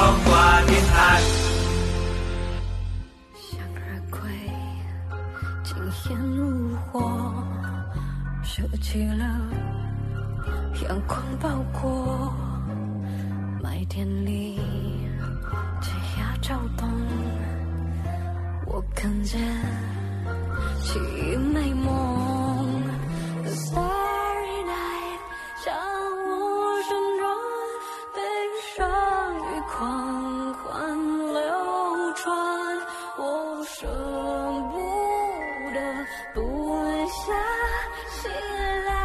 花电台。 向日葵惊艳如火，舍弃了阳光包裹，麦田里枝桠照动，我看见记忆美梦。The starry night 像无声中悲伤与狂欢流传，我舍不得不下心来。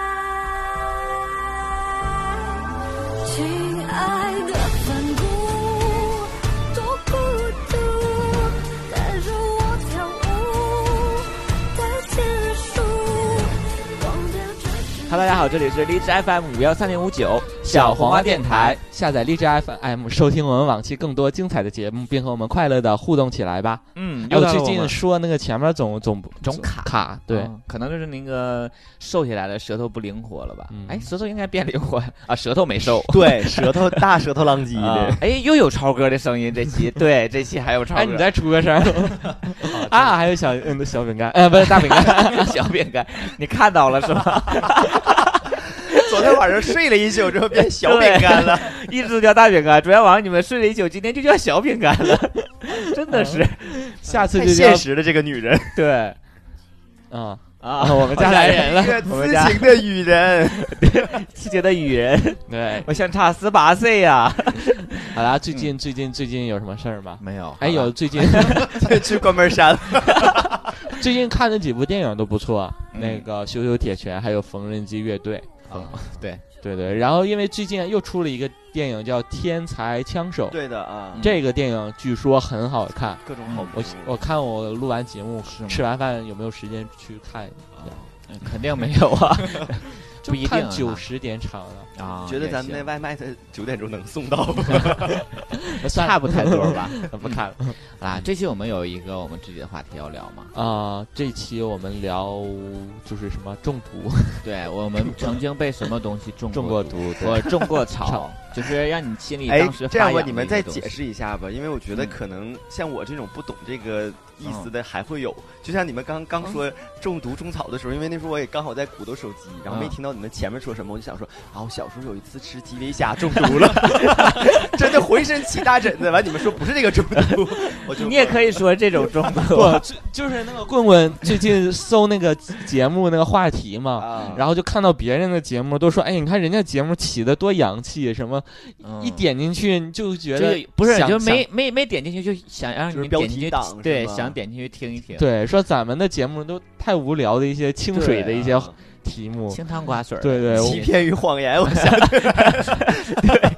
亲爱的反骨多孤独，带着我跳舞的结束，忘掉这是。 哈喽，大家好，这里是荔枝 FM513.59小黄瓜电台，下载荔枝 FM 收听我们往期更多精彩的节目，并和我们快乐的互动起来吧。还有最近说那个前面总卡，对、 可能就是那个瘦下来的舌头不灵活了吧？舌头应该变灵活啊，舌头没瘦， 对，舌头大舌头浪叽的。 又有超哥的声音，这期对，这期还有超哥。 你再出个声啊！还有小饼干，不是大饼干， 小饼干，你看到了是吗？ 昨天晚上睡了一宿之后变小饼干了， 一直都叫大饼干。昨天晚上你们睡了一宿，今天就叫小饼干了，真的是。 下次就太现实的这个女人， 对， 我们家来人了， 我们家痴情的女人， 痴情的女人， 对， 我相差18岁呀。 好啦，最近有什么事儿吗？ 没有。 有最近去关门山。 最近看的几部电影都不错，那个《羞羞铁拳》还有《缝纫机乐队》。对，然后因为最近又出了一个电影叫《天才枪手》， 对的啊， 这个电影据说很好看， 各种好评。我看我录完节目吃完饭有没有时间去看一下？ 肯定没有啊， 就看90点场了啊。觉得咱们那外卖的9点钟能送到吗？ 差不太多吧， 不看了啊。这期我们有一个我们自己的话题要聊吗？ 这期我们聊就是什么中毒， 对，我们曾经被什么东西中过毒， 我种过草。就是让你心里当时这样吧，你们再解释一下吧，因为我觉得可能像我这种不懂这个意思的还会有，就像你们刚说中毒种草的时候，因为那时候我也刚好在鼓捣手机，然后没听到你们前面说什么，我就想说我小时候有一次吃基围虾中毒了，真的浑身起大疹子。完你们说不是这个中毒， 你也可以说这种中毒， 就是那个棍棍最近搜那个节目那个话题嘛，然后就看到别人的节目都说，你看人家节目起的多洋气，什么。一点进去你就觉得不是，就没点进去就想让你点进去，对，想点进去听一听。 对，说咱们的节目都太无聊的一些清水的一些题目， 清汤寡水， 对， 欺骗与谎言，我想， 对，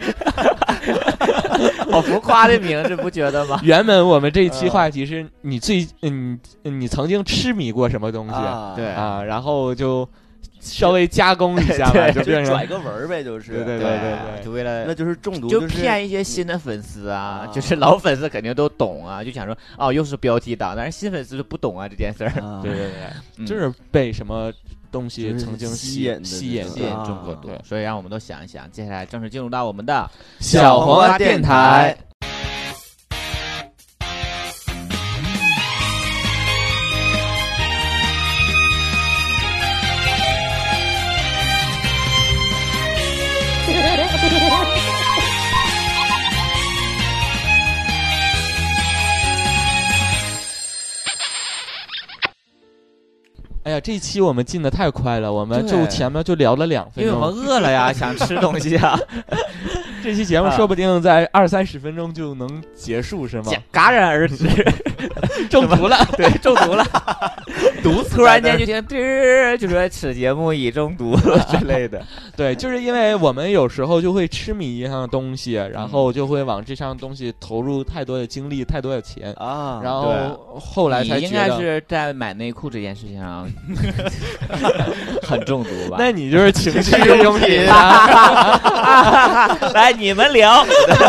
好浮夸的名字，不觉得吗？ 原本我们这一期话题是你你曾经痴迷过什么东西？ 对啊，然后就。稍微加工一下吧，就变成拽个文呗，就是对， 就为了那就是中毒， 就骗一些新的粉丝啊，就是老粉丝肯定都懂啊，就想说又是标题党，但是新粉丝就不懂啊这件事儿， 对，就是被什么东西曾经吸引中过毒，所以让我们都想一想，接下来正式进入到我们的小黄瓜电台。哎呀，这一期我们进的太快了，我们就前面就聊了2分钟， 因为我们饿了呀，想吃东西啊。 这期节目说不定在20-30分钟就能结束，是吗？ 戛然而止， 中毒了， 对，中毒了， 毒死！ 突然间就听就说此节目已中毒之类的。 对，就是因为我们有时候就会痴迷一样东西，然后就会往这项东西投入太多的精力、太多的钱啊，然后后来才觉得应该是在买内裤这件事情上很中毒吧？ 那你就是情趣用品来，你们聊。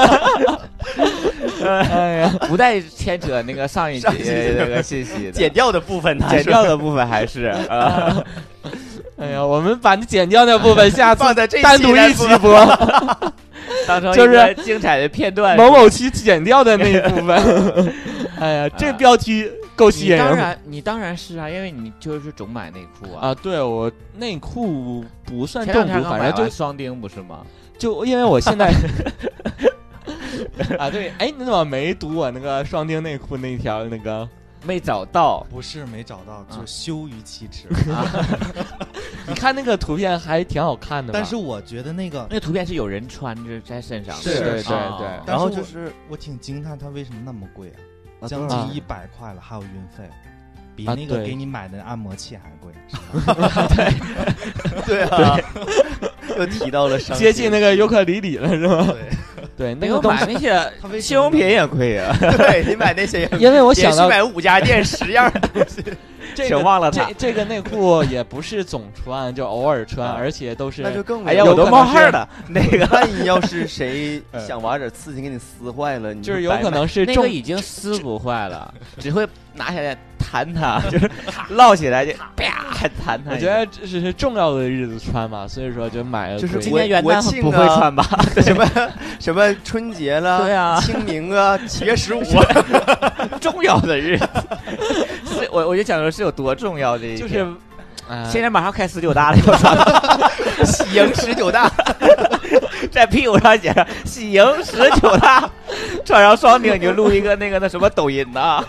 哎呀， 不带牵扯那个上一集那个信息的， 剪掉的部分， 剪掉的部分还是哎呀，我们把你剪掉那部分下次放在这单独一起播。 当成就是精彩的片段， 某某期剪掉的那一部分。哎呀，这标题够吸引人。 你当然是啊，因为你就是总买内裤啊。 对，我内裤不算中毒，反正就双丁不是吗？ 就因为我现在对，哎，你怎么没读我那个双丁内裤那条那个？ 没找到， 不是没找到，就羞于启齿。 你看那个图片还挺好看的， 但是我觉得那个图片是有人穿着在身上的， 对。 然后就是我挺惊叹，它为什么那么贵啊？将近100块了，还有运费，比那个给你买的按摩器还贵。 对啊，又提到了接近那个尤克里里了，是吗？对，那个买那些新用品也贵啊。 对，你买那些也因为我想到买5家店10样东西。 全忘了它。 这个内裤也不是总穿，就偶尔穿，而且都是那就更哎呀，我都冒汗了。那个， 万一要是谁想玩点刺激，给你撕坏了，你就是有可能是那个已经撕不坏了，只会拿下来弹它，就是落起来就啪弹它。 我觉得这是重要的日子穿嘛，所以说就买了。 就是今年元旦不会穿吧？ 什么春节了， 对啊， 清明啊，7月15， 重要的日子。我就想说是有多重要这一天， 就是现在马上开19大了， 喜迎19大， 在屁股上写上喜迎19大，穿上双丁你就录一个那什么抖音呐，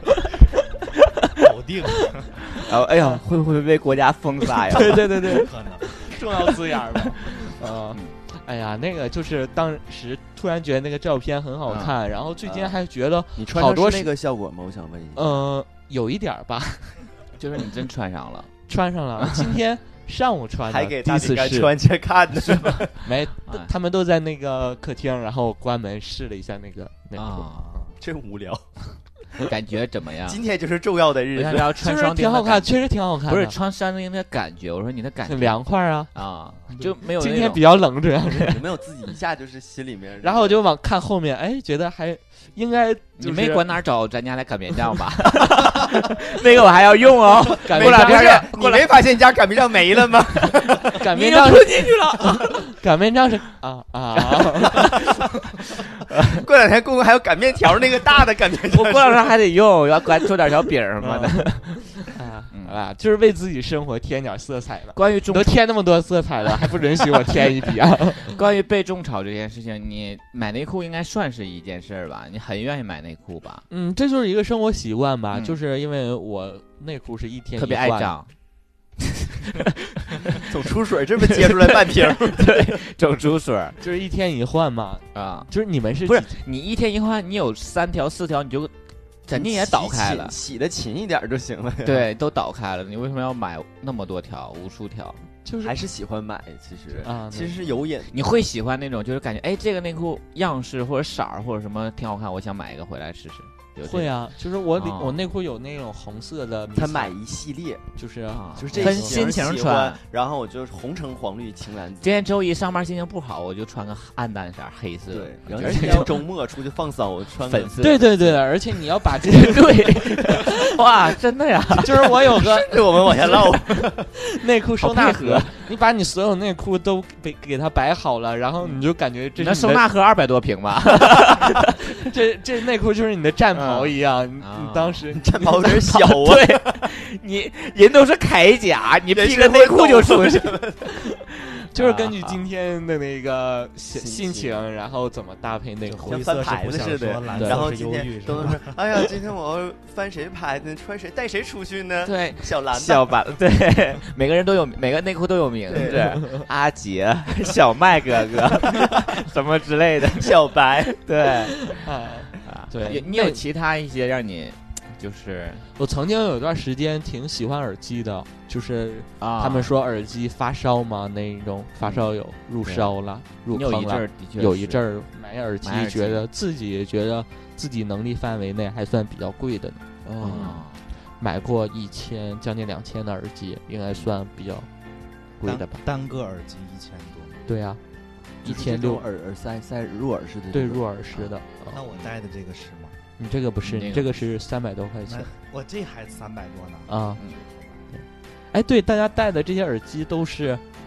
搞定。 然后哎呀，会不会被国家封杀呀？ 对， 可能重要字眼吧。哎呀，那个就是当时突然觉得那个照片很好看，然后最近还觉得你穿上是那个效果吗？我想问一下。 有一点吧， 就是你真穿上了， 今天上午穿的， 还给第一次试穿去看的是吧？ 没，他们都在那个客厅，然后关门试了一下那个内裤， 真无聊。 感觉怎么样？ 今天就是重要的日子， 要穿双丁挺好看，确实挺好看。 不是穿双丁的感觉，我说你的感觉凉快就没有。 今天比较冷，主要是有没有自己一下就是心里面。 然后我就往看后面，哎，觉得还应该。 你没管哪找咱家来擀面杖吧？那个我还要用哦。 过两天你没发现你家擀面杖没了吗？ 擀面杖吞进去了。 擀面杖是过两天公公还有擀面条那个大的擀面杖， 我过两天还得用，要做点小饼什么的。 就是为自己生活添点色彩了。 关于都添那么多色彩了，还不允许我添一笔啊？ 关于被种草这件事情，你买内裤应该算是一件事吧？你很愿意买内裤吧？ 这就是一个生活习惯吧。就是因为我内裤是一天一换， 特别爱脏， 总出水，这么接出来半瓶， 对，总出水， 就是一天一换嘛。就是你们不是你一天一换？你有3条4条，你就。肯定也倒开了， 洗的勤一点就行了。 对，都倒开了，你为什么要买那么多条、无数条？ 就是还是喜欢买，其实是有瘾。 你会喜欢那种，就是感觉哎，这个内裤样式或者色儿或者什么挺好看，我想买一个回来试试。 会啊，就是我内裤有那种红色的， 他买一系列， 就是这分心情穿， 然后我就红橙黄绿青蓝紫。 今天周一上班心情不好，我就穿个暗淡色黑色。 对，而且周末出去放骚，穿粉色。 对，而且你要把这个对，哇，真的呀！ 就是我有个， 我们往下唠， 内裤收纳盒，你把你所有内裤都给它摆好了，然后你就感觉这那收纳盒200多平吧？ 这内裤就是你的战袍一样，你当时战袍有点小啊。 对，你人都是铠甲，你披个内裤就出去了。 就是根据今天的那个心情，然后怎么搭配内裤， 像翻牌子似的。然后今天都是，哎呀，今天我要翻谁牌子，穿谁带谁出去呢？ 对， 小蓝、 小白，对，每个人都有，每个内裤都有名字，阿杰、小麦哥哥，什么之类的， 小白， 对， 对， 你有其他一些让你。就是我曾经有一段时间挺喜欢耳机的，就是他们说耳机发烧嘛，那种发烧友入烧了，入坑了。有一阵儿买耳机，觉得自己能力范围内还算比较贵的呢。买过1000将近2000的耳机，应该算比较贵的吧？ 单个耳机1000多。 对啊，1600 耳塞入耳式的。 对，入耳式的。 那我戴的这个是吗？ 你这个不是，你这个是300多块钱， 我这还300多呢啊！哎，对，大家戴的这些耳机都是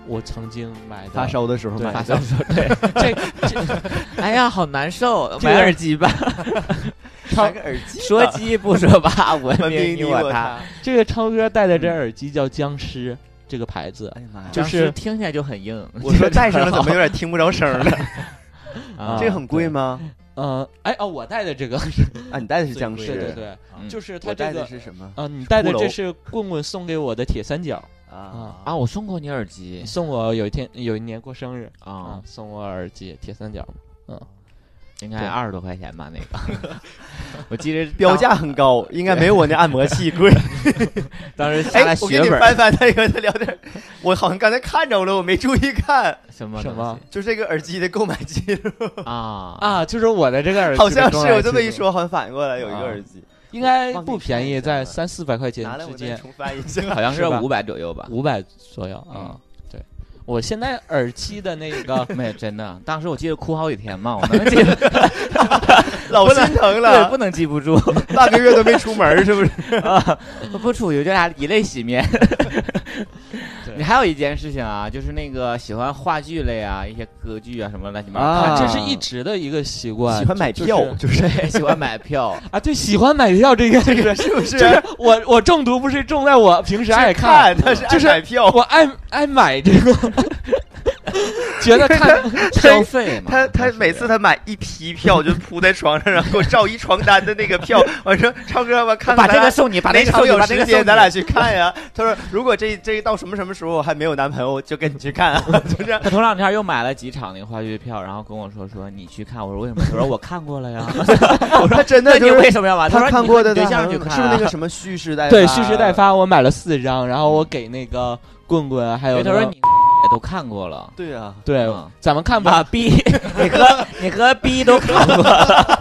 我曾经买的， 发烧的时候买的， 发烧的时候对，这，哎呀，好难受，买耳机吧。 买个耳机， 说鸡不说八，文明你我他。 这个超哥戴的这耳机叫僵尸，这个牌子， 哎呀妈呀， 就是听起来就很硬。 我说戴上了怎么有点听不着声了？这个很贵吗？ 我戴的这个啊，你戴的是僵尸， 对对对，就是他这个是什么？ 你戴的这是棍棍送给我的铁三角啊！我送过你耳机， 送我有一年过生日啊， 送我耳机铁三角嘛， 应该20多块钱吧？那个，我记得标价很高，应该没有我那按摩器贵。 当时下来我给你翻翻那个聊天，我好像刚才看着了，我没注意看。 什么？ 就是这个耳机的购买记录就是我的这个耳机， 好像是有这么一说，好像反应过来有一个耳机， 应该不便宜，在300-400块钱之间， 重翻一下， 好像是500左右吧 ，500左右对，我现在耳机的那个没有真的，当时我记得哭好几天嘛，我能记得， 老心疼了， 对，不能记不住， 半个月都没出门，是不是？ 不出去就俩以泪洗面。你还有一件事情啊，就是那个喜欢话剧类啊，一些歌剧啊什么乱七八糟， 这是一直的一个习惯。 喜欢买票， 就是喜欢买票啊，对，喜欢买票这个是不是？ 就是我中毒不是中在我平时爱看， 他是爱买票， 我爱买这个。觉得看消费嘛， 他每次他买一批票就铺在床上，然后给我照一床单的那个票。我说超哥吧，看把这个送你，把那个送你， 有时间咱俩去看呀。他说如果这到什么时候我还没有男朋友，我就跟你去看啊。就这样。 他头两天又买了几场那个话剧票，然后跟我说你去看。我说为什么？我说我看过了呀。 我说真的， 你为什么要买？ 他看过的对象去看， 是不是那个什么蓄势待发？ 对，蓄势待发，我买了4张，然后我给那个棍棍还有他说你。都看过了， 对啊， 对，咱们看吧。 B， 你和 B 都看过了。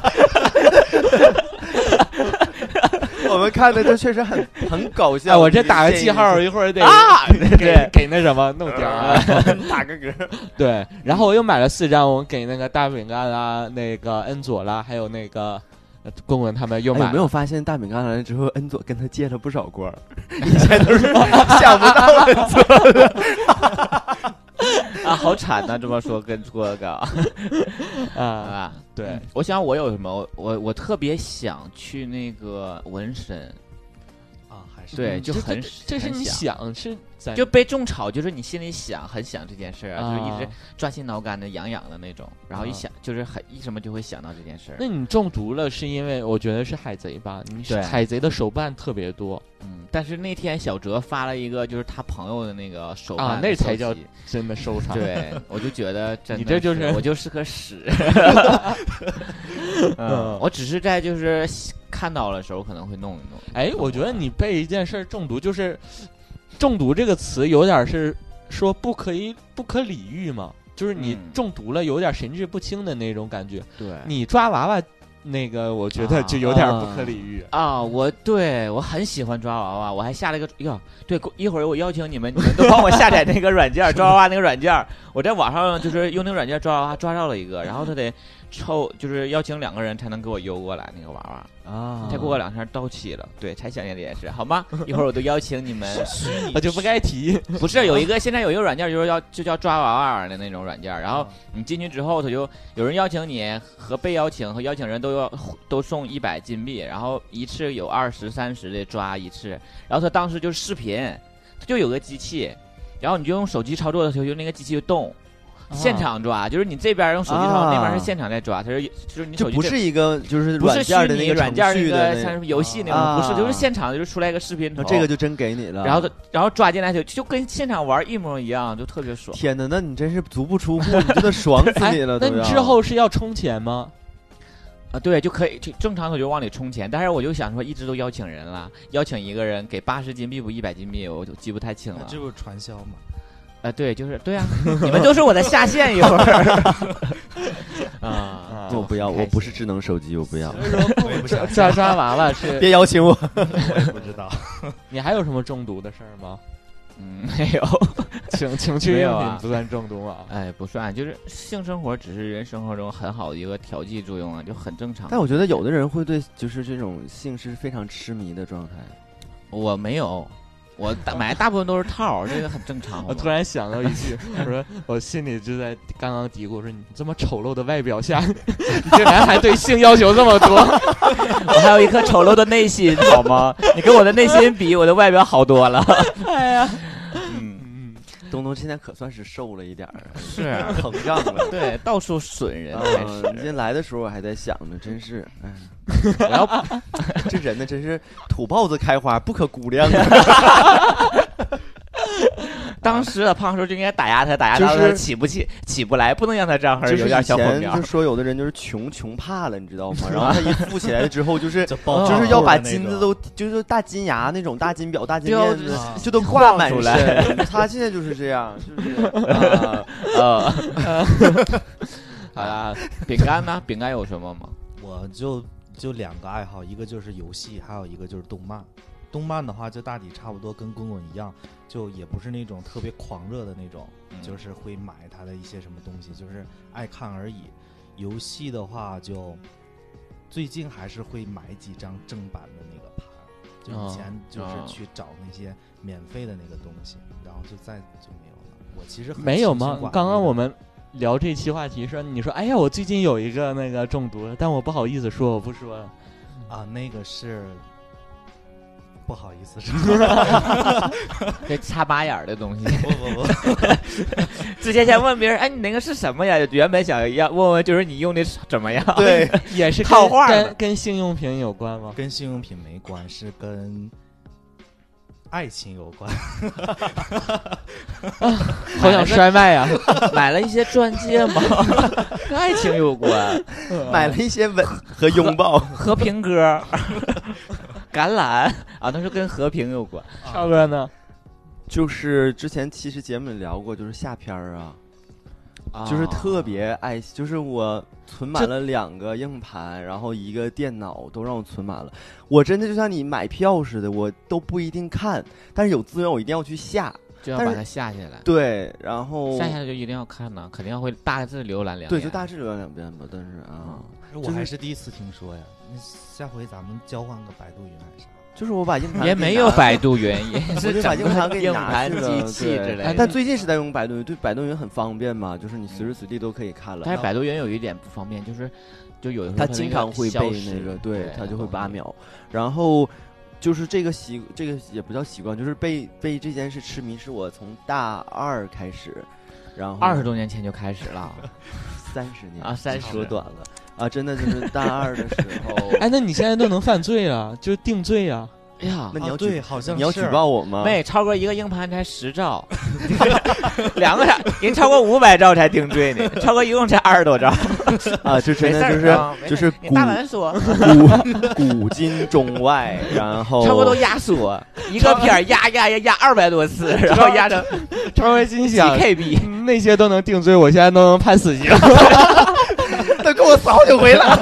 我们看的这确实很搞笑。 我这打个记号，一会儿得给那什么弄掉啊， 打个嗝。 对，然后我又买了4张，我给那个大饼干啦，那个恩佐啦，还有那个。棍棍他们又买， 有没有发现大饼干来了之后，恩佐跟他借了不少光，以前都是想不到恩佐的啊，好惨呐！这么说跟错个对， 我想我有什么，我特别想去那个纹身啊，还是对，就很这是你想是就被种草，就是你心里很想这件事啊，就是一直抓心挠肝的、痒痒的那种，然后一想就是一什么就会想到这件事。 那你中毒了是因为我觉得是海贼吧？你海贼的手办特别多， 但是那天小哲发了一个就是他朋友的那个手办， 那才叫真的收藏。 对，我就觉得真的你这就是我就是个屎。我只是在就是看到的时候可能会弄一弄。 哎，我觉得你被一件事中毒就是中毒这个词有点是说不可理喻嘛，就是你中毒了有点神志不清的那种感觉。 对， 你抓娃娃那个我觉得就有点不可理喻我很喜欢抓娃娃，我还下了个对，一会儿我邀请你们都帮我下载那个软件抓娃娃那个软件，我在网上就是用那个软件抓娃娃抓到了一个，然后他得就是邀请2个人才能给我邮过来那个娃娃啊，才过2天到期了，对，才想起这件事，好吗？一会儿我都邀请你们， 我就不该提， 不是现在有一个软件就叫抓娃娃的那种软件，然后你进去之后，他就有人邀请你和被邀请和邀请人都送100金币，然后一次有20、30的抓一次，然后他当时就是视频，他就有个机器，然后你就用手机操作的时候，就那个机器就动。现场抓，就是你这边用手机操，那边是现场在抓，就是你手机不是一个就是不是软件的那个软件那个像游戏那种，不是，就是现场就是出来一个视频头， 这个就真给你了。 然后抓进来就跟现场玩一模一样，就特别爽。 天哪，那你真是足不出户，你真的爽死你了！ 那你之后是要充钱吗？ 对，就可以正常我就往里充钱，但是我就想说，一直都邀请人了，邀请一个人给80金币不100金币，我就记不太清了。 这不是传销吗？ 对，就是对啊，你们都是我的下线一会儿我不要，我不是智能手机，我不要。 抓娃娃是别邀请我， 我也不知道。 你还有什么中毒的事儿吗？ 没有， 情趣用品不算中毒啊？ 哎，不算，就是性生活只是人生活中很好的一个调剂作用啊，就很正常。 但我觉得有的人会对就是这种性是非常痴迷的状态。 我没有。 我买大部分都是套，这个很正常。 我突然想到一句，我说我心里就在刚刚嘀咕，我说你这么丑陋的外表下，你竟然还对性要求这么多。 我还有一颗丑陋的内心，好吗？你跟我的内心比，我的外表好多了。 哎呀， 东东现在可算是瘦了一点儿， 是膨胀了， 对，到处损人。 你今天来的时候我还在想呢，真是，然后这人呢，真是土包子开花不可估量。 当时的胖叔就应该打压他，打压他起不来，不能让他这样，有点小火苗。 就说有的人就是穷怕了，你知道吗？然后他一富起来了之后，就是要把金子都就是大金牙那种大金表、大金链子就都挂满身。他现在就是这样，就是好啦，饼干呢？饼干有什么吗？ 我就2个爱好，一个就是游戏，还有一个就是动漫。动漫的话，就大体差不多跟滚滚一样，就也不是那种特别狂热的那种，就是会买它的一些什么东西，就是爱看而已。游戏的话，就最近还是会买几张正版的那个盘，就以前就是去找那些免费的那个东西，然后就没有了。我其实没有吗？刚刚我们聊这期话题说，你说哎呀，我最近有一个那个中毒，但我不好意思说，我不说了啊，那个是。不好意思说， 这插八眼的东西。 不， 之前先问别人，哎，你那个是什么呀？原本想要问问，就是你用的怎么样？ 对， 也是套话跟性用品有关吗？ 跟性用品没关，是跟爱情有关。 好想摔麦呀！ 买了一些钻戒吗？跟爱情有关。 买了一些吻和拥抱， 和平鸽。橄榄啊，那是跟和平有关。 超哥呢？ 就是之前其实节目里聊过，就是下片儿就是特别爱，就是我存满了2个硬盘，然后1个电脑都让我存满了。我真的就像你买票似的，我都不一定看，但是有资源我一定要去下， 就要把它下下来。 对，然后下下来就一定要看呢，肯定要会大致浏览2遍。 对，就大致浏览2遍吧。但是我还是第一次听说呀。下回咱们交换个百度云还是啥？ 就是我把硬盘也没有百度云，也是把硬盘给你拿去了，机器之类的。 但最近是在用百度云，对，百度云很方便嘛，就是你随时随地都可以看了。 但是百度云有一点不方便，就有的时候它经常会背那个，对，它就会8秒。然后就是这个也不叫习惯，就是被这件事痴迷，是我从大2开始，然后 20多年前就开始了 ，30年啊，30 说短了。真的就是大2的时候。 哎，那你现在都能犯罪了，就定罪啊！ 哎呀， 那你要对，好像你要举报我吗？ 没，超过1个硬盘才10兆，2个人超过500兆才定罪呢，超过一共才20多兆就真的就是大胆说， 古今中外，然后超过都压缩，一个片压200多次，然后压成超过心想 KB， 那些都能定罪，我现在都能判死刑。 他给我扫几回了。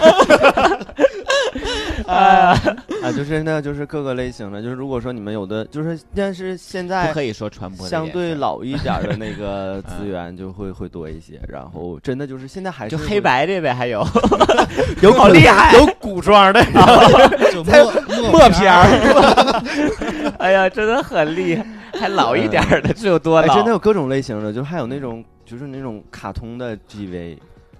就是那就是各个类型的，就是如果说你们有的，就是但是现在不可以说传播相对老一点的那个资源就会多一些，然后真的就是现在还是就黑白的呗，还有好厉害，有古装的， 就默片儿。 哎呀，真的很厉害，还老一点的，这有多老？ 真的有各种类型的，就还有那种就是那种卡通的 GV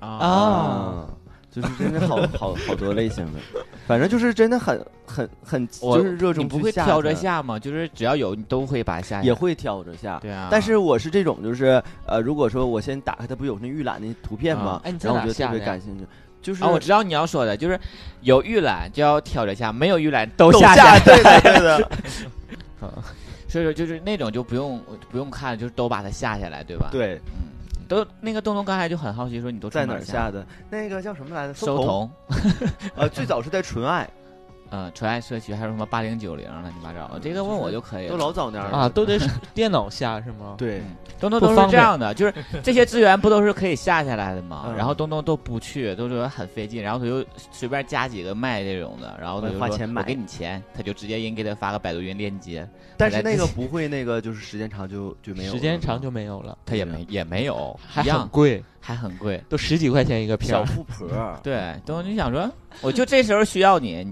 就是真的好多类型的，反正就是真的很就是热衷。 你不会挑着下吗？就是只要有你都会把它下， 也会挑着下。 对啊， 但是我是这种，就是如果说我先打开它，不有那预览的图片吗？然后我就特别感兴趣。就是我知道你要说的，就是有预览就要挑着下，没有预览都下。 对的。 所以说就是那种就不用看，就是都把它下下来，对吧？ 对， 都那个东东刚才就很好奇，说你都在哪儿下的？那个叫什么来着？ 搜童。 最早是在纯爱。 纯爱社区还有什么8090乱七八糟，这个问我就可以了。 都老早年啊，都得电脑下是吗？ 对， 东东都是这样的，就是这些资源不都是可以下下来的吗？然后东东都不去，都觉得很费劲，然后他就随便加几个卖这种的，然后他就花钱买， 我给你钱，他就直接给他发个百度云链接。 但是那个不会，那个就是时间长就没有了， 时间长就没有了， 他也没有， 还很贵。 还很贵， 都10几块钱一个片， 小富婆。 对，东东就想说，我就这时候需要你，你就给我来。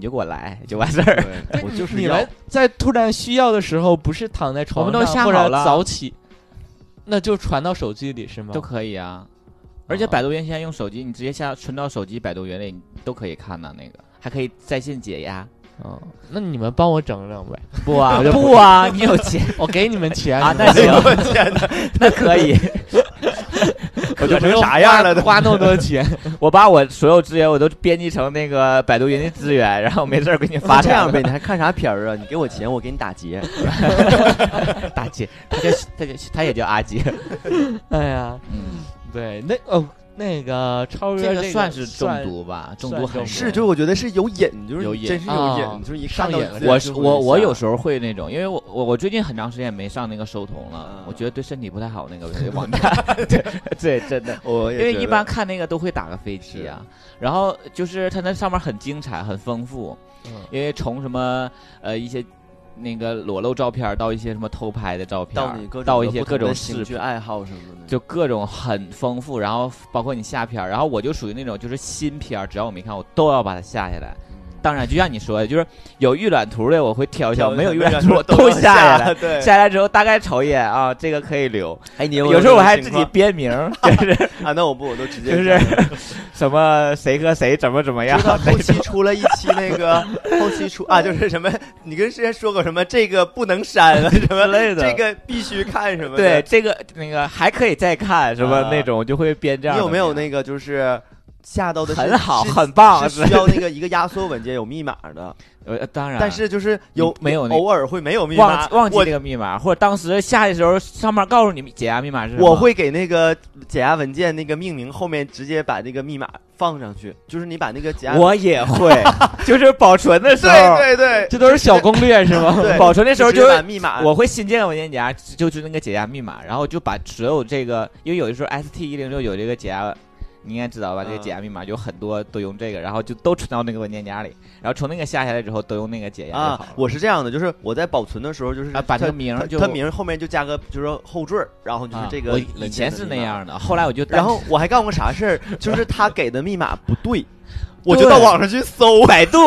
买就完事儿。 我就是你们在突然需要的时候，不是躺在床上我们都下或者好了早起，那就传到手机里是吗？ 都可以啊。而且百度云现在用手机，你直接存到手机百度云里，你都可以看呢。那个还可以在线解压。 那你们帮我整整呗。 不啊，不啊，你有钱， 我给你们钱啊，那行， 我天哪， 那可以。 我就成啥样了都花那么多钱， 我把我所有资源我都编辑成那个百度云的资源，然后没事给你发这样呗，你还看啥片儿啊？你给我钱，我给你打劫。 大姐，他也叫阿杰。 哎呀，对，那个超越这个算是中毒吧，中毒很是，就是我觉得是有瘾，就是有瘾， 真是有瘾，就是一看到我有时候会那种，因为我最近很长时间没上那个收瞳了，我觉得对身体不太好那个网站。对，真的，因为一般看那个都会打个飞机啊，然后就是它那上面很精彩，很丰富，因为从什么一些。那个裸露照片到一些什么偷拍的照片，到一些各种兴趣爱好什么的， 就各种很丰富。然后包括你下片，然后我就属于那种就是新片，只要我没看，我都要把它下下来。当然，就像你说的，就是有预览图的我会挑一挑，没有预览图我都下下来。 对， 下来之后大概瞅一眼啊，这个可以留。 哎，你有时候我还自己编名，就是啊，那我都直接就是什么谁和谁怎么样。 后期出了一期那个后期出啊，就是什么你跟之前说过什么这个不能删什么类的， 这个必须看什么的。 对，这个那个还可以再看什么那种，就会编这样。 你有没有那个就是？下到的很好，很棒， 是需要那个一个压缩文件有密码的。 当然， 但是就是没有偶尔会没有密码， 忘记这个密码，或者当时下的时候上面告诉你解压密码是什么。 我会给那个解压文件那个命名后面直接把那个密码放上去，就是你把那个解压。 我也会，就是保存的时候， 对， 这都是小攻略是吗？ 对， 保存的时候就是密码， 我会新建个文件夹，就是那个解压密码，然后就把所有这个，因为有的时候 ST106有这个解压。你应该知道吧？这个解压密码有很多都用这个，然后就都存到那个文件夹里，然后从那个下下来之后都用那个解压就好了。 我是这样的，就是我在保存的时候，就是把这个名它名后面就加个就是后缀，然后就是这个。 我以前是那样的，后来我就然后我还干过啥事儿？就是他给的密码不对，我就到网上去搜百度。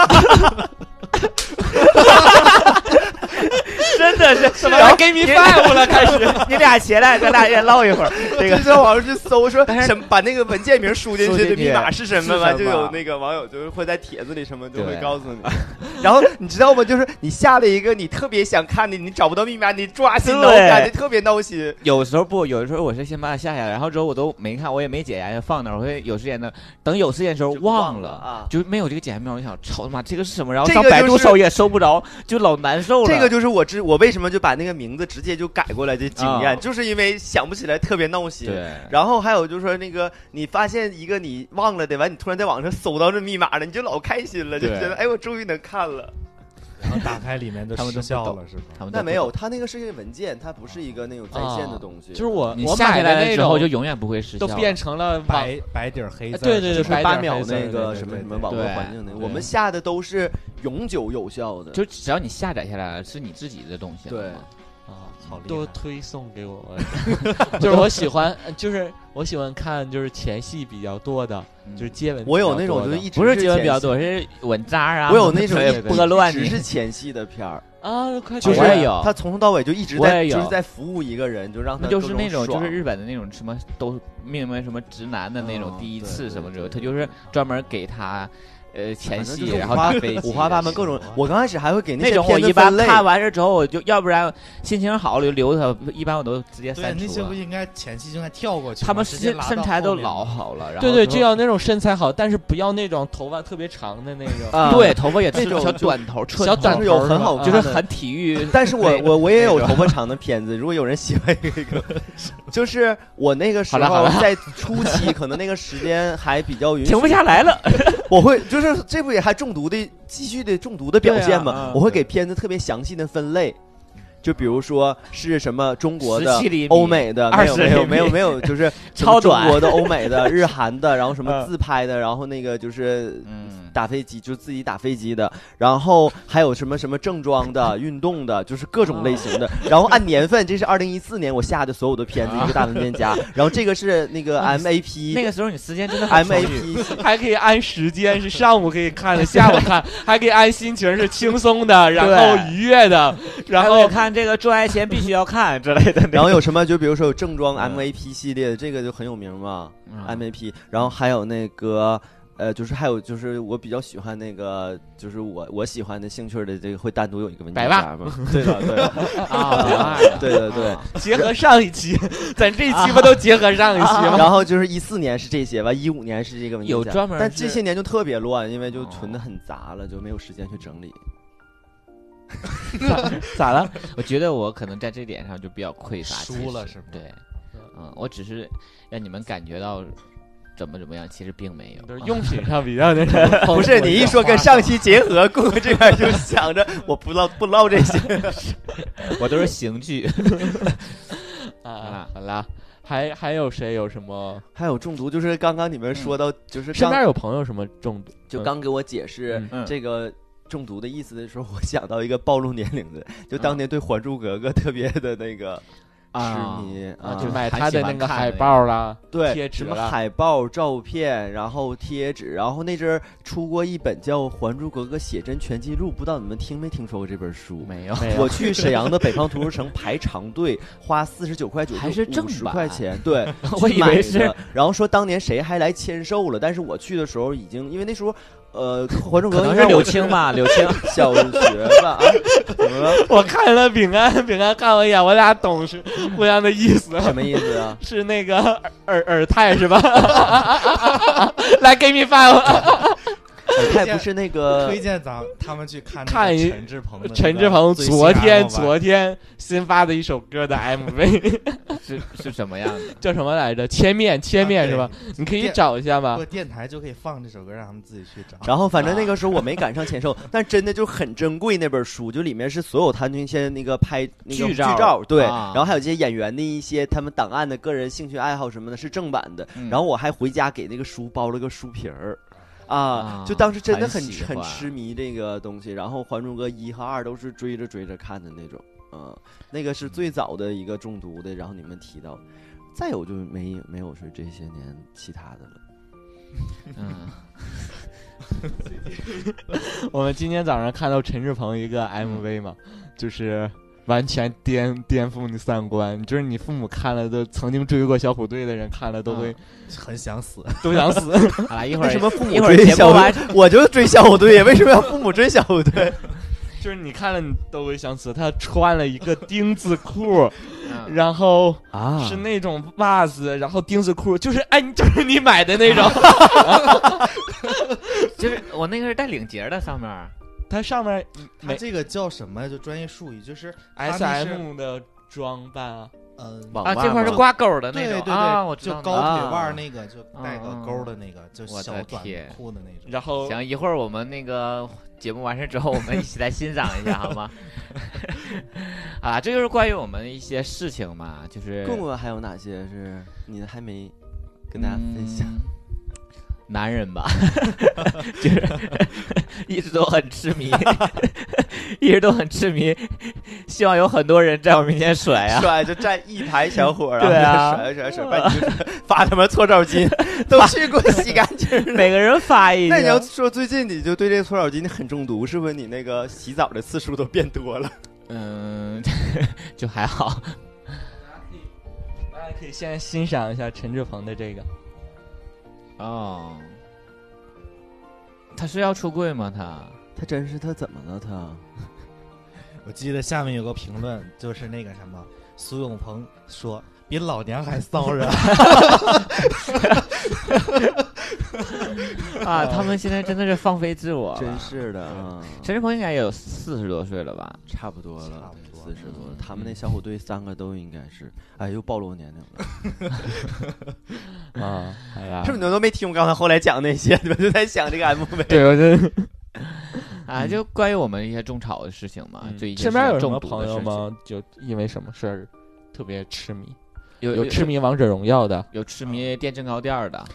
真的是什么？ 然后给你5了，开始你俩起来，咱俩先唠一会儿。这个在网上去搜说什么，把那个文件名输进去的密码是什么嘛？就有那个网友就会在帖子里什么就会告诉你。然后你知道吗？就是你下了一个你特别想看的，你找不到密码，你抓心挠肝，就特别闹心。 有的时候我是先把它下下来，然后之后我都没看，我也没解压，就放那儿。我会有时间的，等有时间的时候忘了啊，就没有这个解压密码。我想，操他妈，这个是什么？然后上百度搜也搜不着，就老难受了。 这个就是我为什么就把那个名字直接就改过来的经验，就是因为想不起来特别闹心。 对。 然后还有就是说那个你发现一个你忘了的，完你突然在网上搜到这密码了，你就老开心了，就觉得哎我终于能看了。 然后打开里面就失效了，是吧？ 那没有，它那个是一个文件，它不是一个那种在线的东西。 就是你下下来之后就永远不会失效， 都变成了白底黑字。 对， 就是8秒那个什么网络环境的。我们下的都是永久有效的， 就只要你下载下来是你自己的东西。 对。 好厉害， 都推送给我，就是我喜欢看就是前戏比较多的，就是接吻。 我有那种就是一直不是接吻比较多，是吻渣啊。 我有那种拨乱， 只是前戏的片儿啊，快就是我也有。 他从头到尾就一直在就是在服务一个人，就让他就是那种就是日本的那种什么都命名什么直男的那种第一次什么之类，他就是专门给他。前戏，然后五花八门各种。我刚开始还会给那种我一般看完事之后，我就要不然心情好了就留它，一般我都直接删除。 那些不应该前戏就应该跳过去？ 他们身材都老好了，然后对，就要那种身材好，但是不要那种头发特别长的那种。 对，头发也那种小短头， 小短头有很好看， 就是很体育。 但是我也有头发长的片子，如果有人喜欢这个，就是我那个时候在初期，可能那个时间还比较允许， 停不下来了。 我会就是这不也还中毒的继续的中毒的表现吗？我会给片子特别详细的分类， 就比如说是什么中国的 17厘米、 欧美的，没有，就是超短中国的、欧美的、日韩的，然后什么自拍的，然后那个就是打飞机，就自己打飞机的，然后还有什么什么正装的、运动的，就是各种类型的。然后按年份，这是2014年我下的所有的片子一个大文件夹，然后这个是那个 MAP， 那个时候你时间真的很充裕 MAP 还可以按时间，是上午可以看的，下午看，还可以按心情，是轻松的，然后愉悦的，然后看这个做爱前必须要看之类的。 然后有什么就比如说有正装 MAP 系列的，这个就很有名嘛，MAP。然后还有那个就是我比较喜欢那个，就是我喜欢的兴趣的这个会单独有一个文件夹嘛。对的啊， 对， 结合上一期，咱这一期不都结合上一期吗？ 然后就是14年是这些吧，15年是这个文件夹， 有专门， 但这些年就特别乱，因为就存的很杂了，就没有时间去整理。 咋了？ 我觉得我可能在这点上就比较匮乏， 输了是吗？ 对，我只是让你们感觉到怎么样，其实并没有。 用品上比较那个，不是你一说跟上期结合，顾哥这边就想着我不唠这些， 我都是刑具。 啊，好啦。还有谁有什么？ 还有中毒，就是刚刚你们说到，就是身边有朋友什么中毒， 就刚给我解释这个中毒的意思的时候，我想到一个暴露年龄的，就当年对《还珠格格》特别的那个痴迷就买他的那个海报啦， 对， 贴纸什么海报、照片，然后贴纸，然后那阵儿出过一本叫《还珠格格写真全记录》，不知道你们听没听说过这本书？ 没有。 我去沈阳的北方图书城排长队，花49.9， 还是正 50块钱。对， 我以为是。 然后说当年谁还来签售了，但是我去的时候已经，因为那时候。还珠格格可能是柳青吧，柳青小学吧啊？怎么了？ 我看了饼干看我一眼，我俩懂是互相的意思。 什么意思啊？ 是那个耳泰是吧？来给你发。 耳泰不是那个推荐他们去看陈志朋的。 陈志朋昨天新发的一首歌的 MV 是什么样的？ 叫什么来着？千面是吧？你可以找一下吧。 电台就可以放这首歌，让他们自己去找。 然后反正那个时候我没赶上签售，但真的就很珍贵那本书，就里面是所有他那些那个拍那个剧照，对，然后还有这些演员的一些他们档案的个人兴趣爱好什么的，是正版的。然后我还回家给那个书包了个书皮儿。就当时真的很痴迷这个东西，然后《还珠格格》1和2都是追着看的那种，那个是最早的一个中毒的。然后你们提到，再有就没有是这些年其他的了。我们今天早上看到陈志朋一个 MV 嘛，就是完全颠覆你三观，就是你父母看了都曾经追过小虎队的人看了都会很想死， 都想死。 好了，一会儿什么父母追小虎队，我就追小虎队，为什么要父母追小虎队？ 就是你看了你都会想死。他穿了一个丁字裤，然后是那种袜子，然后丁字裤，就是就是你买的那种。 就是我那个是带领结的，上面。 它上面它这个叫什么？就专业术语，就是 SM 的装扮啊。 这块是挂钩的那种。 对， 我知道就高腿袜那个，就带个钩的那个，就小短裤的那种。 然后行，一会儿我们那个节目完事之后，我们一起来欣赏一下，好吗？这就是关于我们一些事情嘛，就是共还有哪些是你还没跟大家分享？ 男人吧，就是一直都很痴迷，希望有很多人在我面前甩就站一排小伙对啊， 甩，把你发他们搓澡巾，都去过洗干净， 每个人发一个。 那你要说最近你就对这个搓澡巾很中毒，是不是你那个洗澡的次数都变多了？ 就还好。 大家可以先欣赏一下陈志朋的这个。 他是要出柜吗？ 他真是他怎么了？ 我记得下面有个评论，就是那个什么苏永朋说比老娘还骚人。 他们现在真的是放飞自我， 真是的。 陈志朋应该也有40多岁了吧？ 差不多了，40多了。他们那小虎队3个都应该是，又暴露年龄了。是不是你们都没听我刚才后来讲那些？你们就在想这个 MV？ 对，我就啊，就关于我们一些种草的事情嘛，就身边有什么朋友吗？就因为什么事儿特别痴迷？有痴迷王者荣耀的， 有痴迷电震高垫的。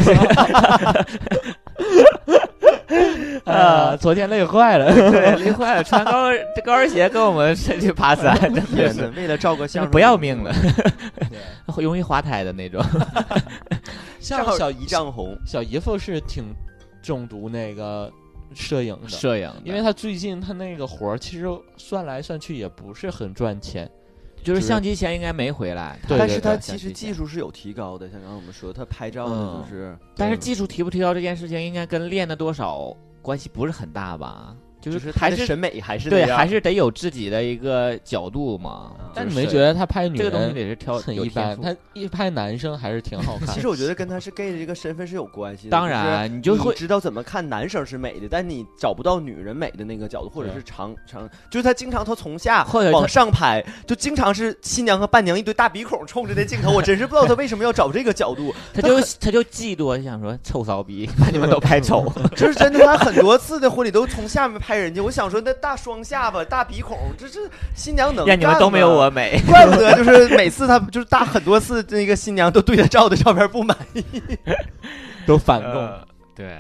昨天累坏了， 对，累坏了，穿高跟鞋跟我们去爬山， 天哪，为了照个相， 不要命了，容易滑胎的那种。 像小一丈红， 小姨夫是挺中毒那个摄影的，因为他最近他那个活儿其实算来算去也不是很赚钱。 就是相机钱应该没回来， 但是他其实技术是有提高的，像刚刚我们说他拍照的就是， 但是技术提不提高这件事情，应该跟练的多少关系不是很大吧？就是还是审美还是对，还是得有自己的一个角度嘛。 但你没觉得他拍女人这个东西得是挑很一般，他一拍男生还是挺好看。 其实我觉得跟他是 gay 的这个身份是有关系的。 当然，你就会知道怎么看男生是美的，但你找不到女人美的那个角度，或者是长，就是他经常他从下往上拍，就经常是新娘和伴娘一堆大鼻孔冲着那镜头，我真是不知道他为什么要找这个角度。 他就嫉妒，想说臭骚逼，把你们都拍丑。 就是真的，他很多次的婚礼都从下面拍人家，我想说那大双下巴、大鼻孔，这是新娘能干吗？ 让你们都没有我美， 怪不得就是每次他就是大很多次，那个新娘都对他照的照片不满意， 都反共。 对，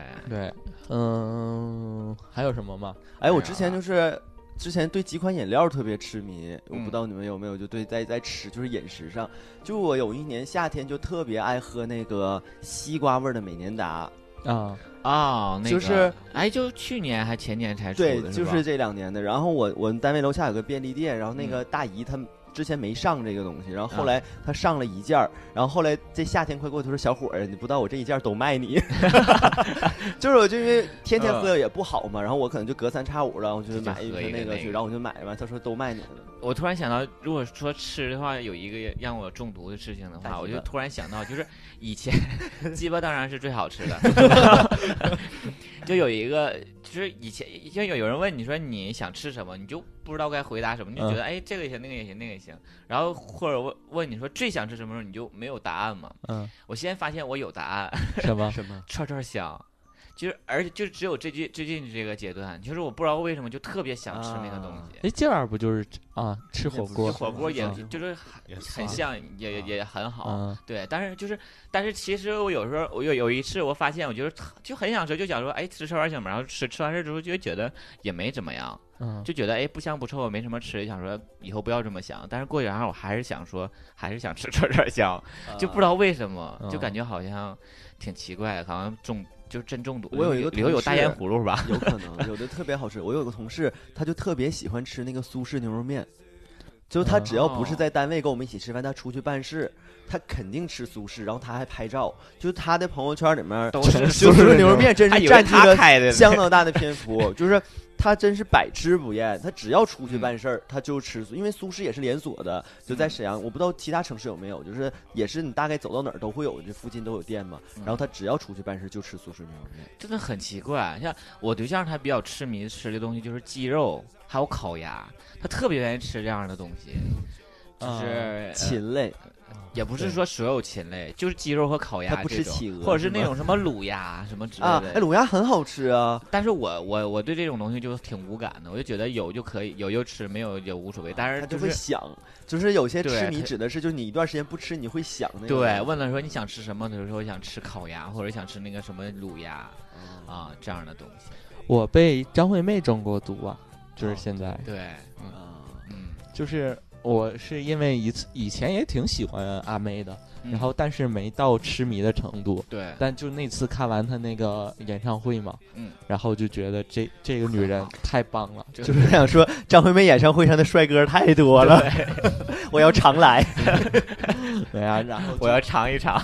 还有什么吗？ 哎，我之前对几款饮料特别痴迷，我不知道你们有没有，就对在吃就是饮食上，就我有一年夏天就特别爱喝那个西瓜味的美年达那个就是就去年还前年才出的， 对，就是这2年的。然后我们单位楼下有个便利店，然后那个大姨她之前没上这个东西，然后后来她上了一件然后后来这夏天快过，她说小伙儿，你不知道我这一件都卖你，就是我就因为天天喝也不好嘛，然后我可能就隔3差5，然后就是买一瓶那个去，然后我就买嘛，她说都卖你了。 我突然想到，如果说吃的话，有一个让我中毒的事情的话，我就突然想到，就是以前鸡巴当然是最好吃的，就有一个，就是以前就有人问你说你想吃什么，你就不知道该回答什么，你就觉得这个也行，那个也行，那个也行，然后或者问你说最想吃什么时候，你就没有答案嘛。我现在发现我有答案， 什么串香。就是，而且就只有最近这个阶段，就是我不知道为什么就特别想吃那个东西。 这玩意儿不就是吃火锅？ 火锅也就是很像，也很好。对，但是其实我有时候我有一次我发现，我觉得就很想吃，就想说吃完行吧，然后吃完事之后就觉得也没怎么样，就觉得不香不臭，没什么吃，想说以后不要这么想。但是过一会儿我还是想说，还是想吃串香，就不知道为什么，就感觉好像挺奇怪，好像就真中毒。 我有一个里头有大烟葫芦吧？ 有可能，有的特别好吃。我有个同事，他就特别喜欢吃那个苏式牛肉面，就他只要不是在单位跟我们一起吃饭，他出去办事，他肯定吃苏式，然后他还拍照，就他的朋友圈里面都是苏式牛肉面，真是占据了相当大的篇幅，就是他真是百吃不厌，他只要出去办事儿，他就吃，因为苏式也是连锁的，就在沈阳，我不知道其他城市有没有，就是也是你大概走到哪儿都会有，这附近都有店嘛。然后他只要出去办事就吃苏式牛肉面， 真的很奇怪。像我对象他比较痴迷吃的东西就是鸡肉，还有烤鸭，他特别愿意吃这样的东西，就是禽类。 也不是说所有禽类，就是鸡肉和烤鸭， 他不吃企鹅， 或者是那种什么卤鸭什么之类的。 卤鸭很好吃啊， 但是我对这种东西就挺无感的，我就觉得有就可以，有就吃，没有也无所谓。但是他就会想，就是有些痴迷指的是，就是你一段时间不吃，你会想那个。 对，问了说你想吃什么的时候，想吃烤鸭，或者想吃那个什么卤鸭这样的东西。 我被张惠妹中过毒啊，就是现在。 对， 就是。我是因为以前也挺喜欢阿妹的，然后但是没到痴迷的程度。 对， 但就那次看完她那个演唱会嘛，然后就觉得这个女人太棒了， 就是想说张惠妹演唱会上的帅哥太多了，我要常来。 对啊，然后我要尝一尝，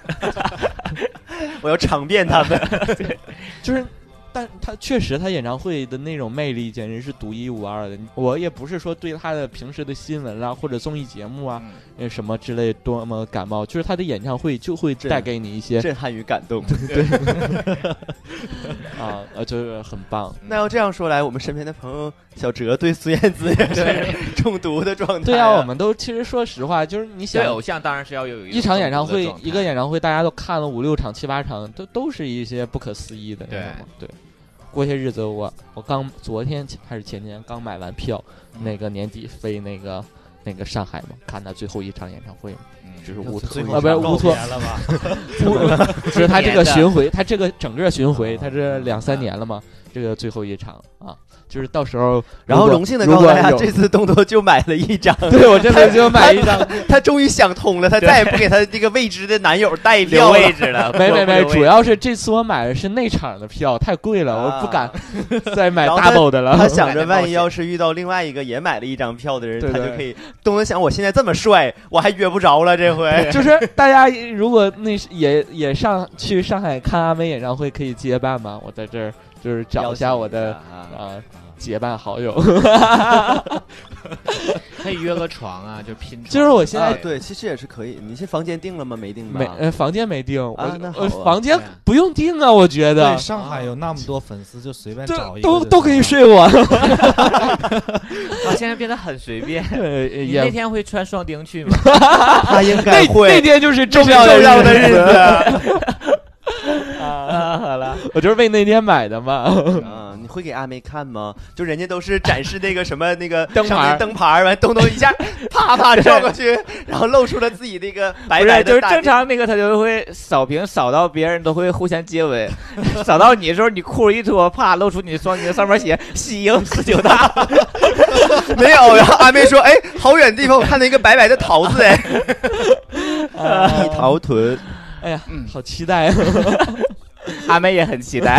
我要尝遍他们。 就是。但他确实，他演唱会的那种魅力简直是独一无二的。我也不是说对他的平时的新闻啊或者综艺节目啊，什么之类多么感冒，就是他的演唱会就会带给你一些震撼与感动。 对，就是很棒。 那要这样说来，我们身边的朋友小哲对孙燕姿也是中毒的状态。 对啊，我们都其实说实话，就是你想对偶像当然是要有一场演唱会，一个演唱会大家都看了5、6场、7、8场，都是一些不可思议的， 对。 过些日子我刚昨天还是前天刚买完票，那个年底飞那个上海嘛，看他最后一场演唱会嘛，就是乌托不是乌托了吧？ 是他这个巡回，他这个整个巡回，他这2-3年了嘛，这个最后一场啊，就是到时候， 然后荣幸的告诉大家，这次东多就买了一张， 对我真的就买一张， 他终于想通了，他再也不给他这个未知的男友带票位置了， 没，主要是这次我买的是内场的票，太贵了，我不敢再买 double 的了。 他想着万一要是遇到另外一个也买了一张票的人，他就可以东多想，我现在这么帅，我还约不着了，这回就是大家如果也去上海看阿妹演唱会，可以结伴吗？我在这儿就是找一下我的结伴好友， 可以约个床啊，就拼床。 就是我现在对，其实也是可以。你是房间定了吗？没定吧？ 房间没定， 我房间不用定啊，我觉得。 对，上海有那么多粉丝，就随便找一个都可以睡我。 现在变得很随便。你那天会穿双丁去吗？ 他应该会。 那天就是重要的日子。 好了，我就是为那天买的嘛。 你会给阿妹看吗？就人家都是展示那个什么那个灯牌，完东东一下啪啪照过去，然后露出了自己那个白白的。 就是正常那个他就会扫屏扫到别人都会互相接吻，扫到你的时候你裤一脱，啪露出你双节上面写喜迎19大。 没有，然后阿妹说：“哎，好远的地方我看到一个白白的桃子哎，蜜桃臀。” 哎呀，好期待啊！ 阿妹也很期待。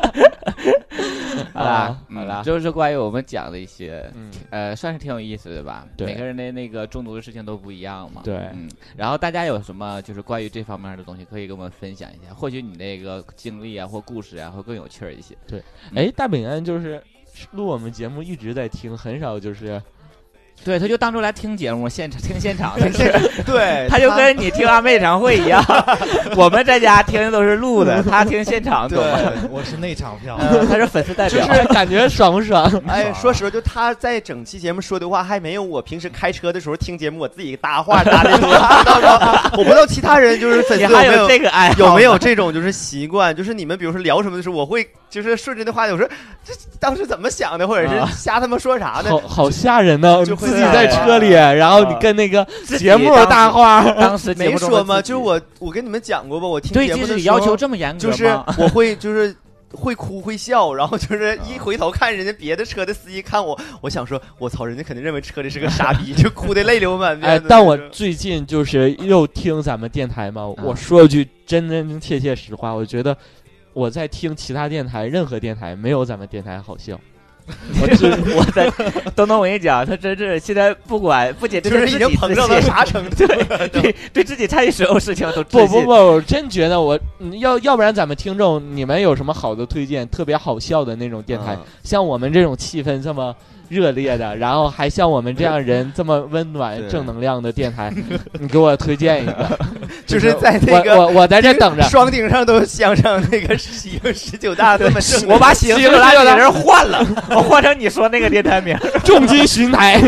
好啦，就是关于我们讲的一些，算是挺有意思的吧。每个人的那个中毒的事情都不一样嘛。 对， 然后大家有什么就是关于这方面的东西，可以跟我们分享一下。或许你那个经历啊，或故事啊，会更有趣儿一些。 对，哎，大饼安就是录我们节目一直在听，很少就是。 对，他就当初来听节目，听现场， 对， 他就跟你听阿妹演唱会一样，我们在家听的都是录的，他听现场，懂吗？ 我是内场票， 他是粉丝代表， 就是感觉爽不爽？ 哎，说实话，就他在整期节目说的话，还没有我平时开车的时候听节目我自己搭话搭的多。我不知道其他人就是粉丝有没有这个爱好， 有没有这种就是习惯，就是你们比如说聊什么的时候，我会就是顺着那话，我说这当时怎么想的，或者是瞎他妈说啥的， 好吓人呢！就自己在车里，然后你跟那个节目搭话， 当时没说吗？就是我跟你们讲过吧，我听节目的时候要求这么严格， 就是我会就是会哭会笑，然后就是一回头看人家别的车的司机看我，我想说我操，人家肯定认为车里是个傻逼，就哭得泪流满面。 哎，但我最近就是又听咱们电台嘛，我说一句真切实话，我觉得我在听其他电台，任何电台没有咱们电台好笑。 我在东东，我跟你讲，他真是现在不仅就是已经膨胀到啥程度， 对自己参与所有事情都不，我真觉得要不然咱们听众你们有什么好的推荐，特别好笑的那种电台，像我们这种气氛这么热烈的，然后还像我们这样人这么温暖正能量的电台，你给我推荐一个。 就是在那个我在这等着， 双顶上都镶上那个喜迎19大这么正， 我把喜迎19大给人换了，我换成你说那个电台名， 重金巡台。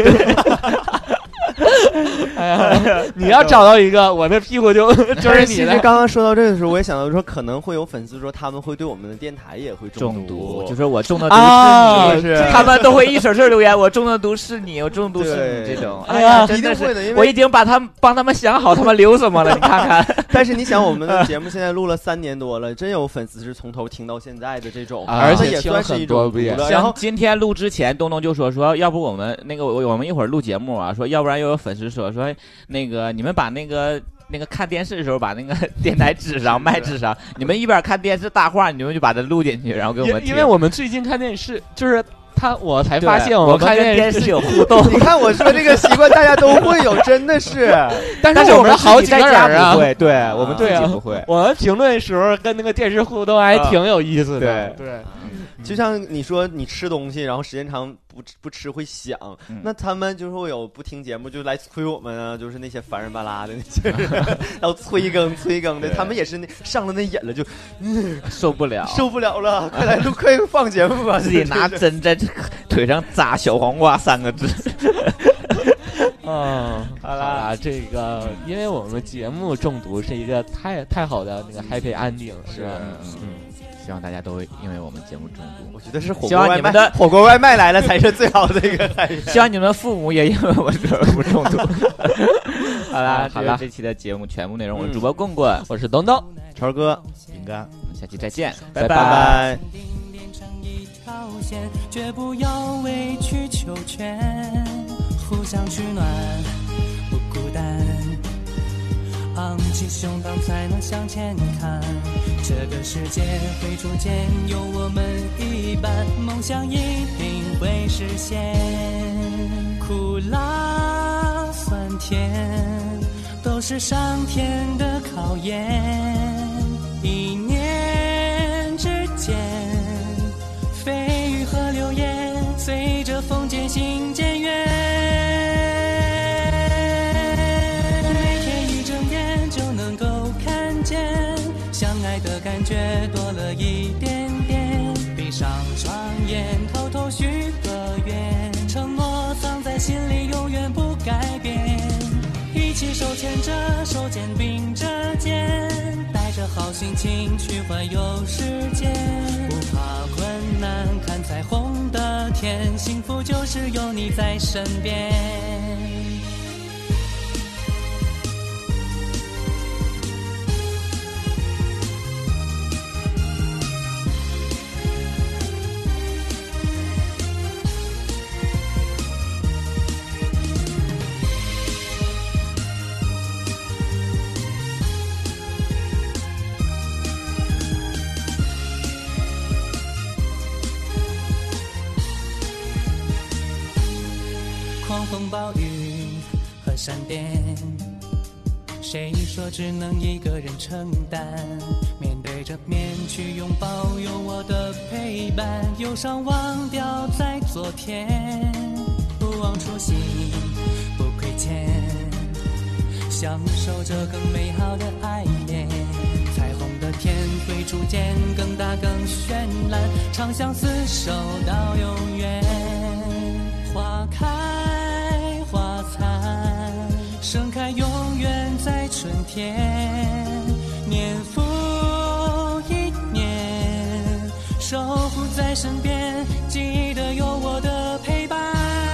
哎呀，你要找到一个，我这屁股就是你的。 其实刚刚说到这个时候，我也想到说，可能会有粉丝说他们会对我们的电台也会中毒， 就是我中的毒是你，他们都会一手留言，我中的毒是你，我中的毒是你这种。哎呀， 一定会的，因为我已经帮他们想好他们留什么了，你看看。 但是你想，我们的节目现在录了3年多了，真有粉丝是从头听到现在的这种， 而且也算是一种毒了。 然后今天录之前，东东就说，要不我们那个我们一会儿录节目啊，说要不然又有粉丝说那个你们把那个看电视的时候把那个电台指上麦指上，你们一边看电视大话，你们就把它录进去，然后给我们听。 因为我们最近看电视就是我才发现我看电视有互动。 你看我说这个习惯大家都会有，真的是。 但是我们好几个人啊， 不会，对我们自己不会。 我们评论时候跟那个电视互动还挺有意思的。对。 就像你说你吃东西，然后时间长不吃会想，那他们就是会有不听节目就来催我们啊，就是那些烦人巴拉的那些人，然后催更的，他们也是上了那瘾了就受不了了，快来录快放节目吧， 自己拿针在腿上扎小黄瓜3个字。 好啦，这个因为我们节目中毒是一个太好的那个 happy ending 是吧？ 希望大家都因为我们节目中毒。 我觉得是希望你们的火锅外卖来了才是最好的一个海鲜。 希望你们的父母也因为我节目中毒。好啦，好了，这期的节目全部内容，我是主播棍棍， 我是东东， 超哥， 饼干， 我们下期再见， 拜拜。 绝不要委曲求全，互相取暖，不孤单。昂起胸膛才能向前看，这个世界会逐渐有我们一半，梦想一定会实现。苦辣酸甜都是上天的考验，一念之间，蜚语和流言随着风渐行渐远。每天一睁眼就能够看见，相爱的感觉多了一点点。闭上双眼，偷偷许个愿，承诺藏在心里，永远不改变。一起手牵着手，肩并着肩，带着好心情去环游世界。不怕困难，看彩虹的天，幸福就是有你在身边。狂风暴雨和闪电，谁说只能一个人承担？面对着面去拥抱，有我的陪伴，忧伤忘掉在昨天，不忘初心，不亏欠，享受着更美好的爱恋。彩虹的天会逐渐更大更绚烂，长相厮守到永远。花开花灿，盛开永远在春天。年复一年，守护在身边，记得有我的陪伴。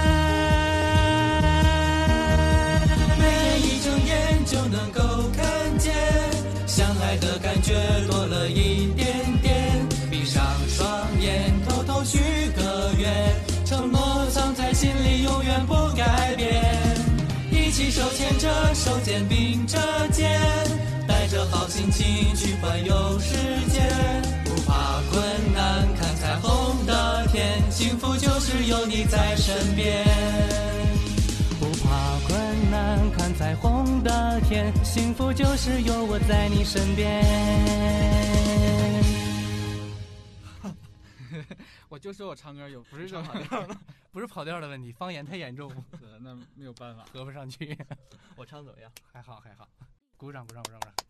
每天一睁眼就能够看见，相爱的感觉多了一点点。闭上双眼，偷偷许个愿，承诺藏在心里，永远不改变。一起手牵着手，肩并着肩，带着好心情去环游世界。不怕困难，看彩虹的天，幸福就是有你在身边。不怕困难，看彩虹的天，幸福就是有我在你身边。 我就说我唱歌不是跑调的，不是跑调的问题，方言太严重，那没有办法，合不上去。 我唱怎么样？ 还好，鼓掌。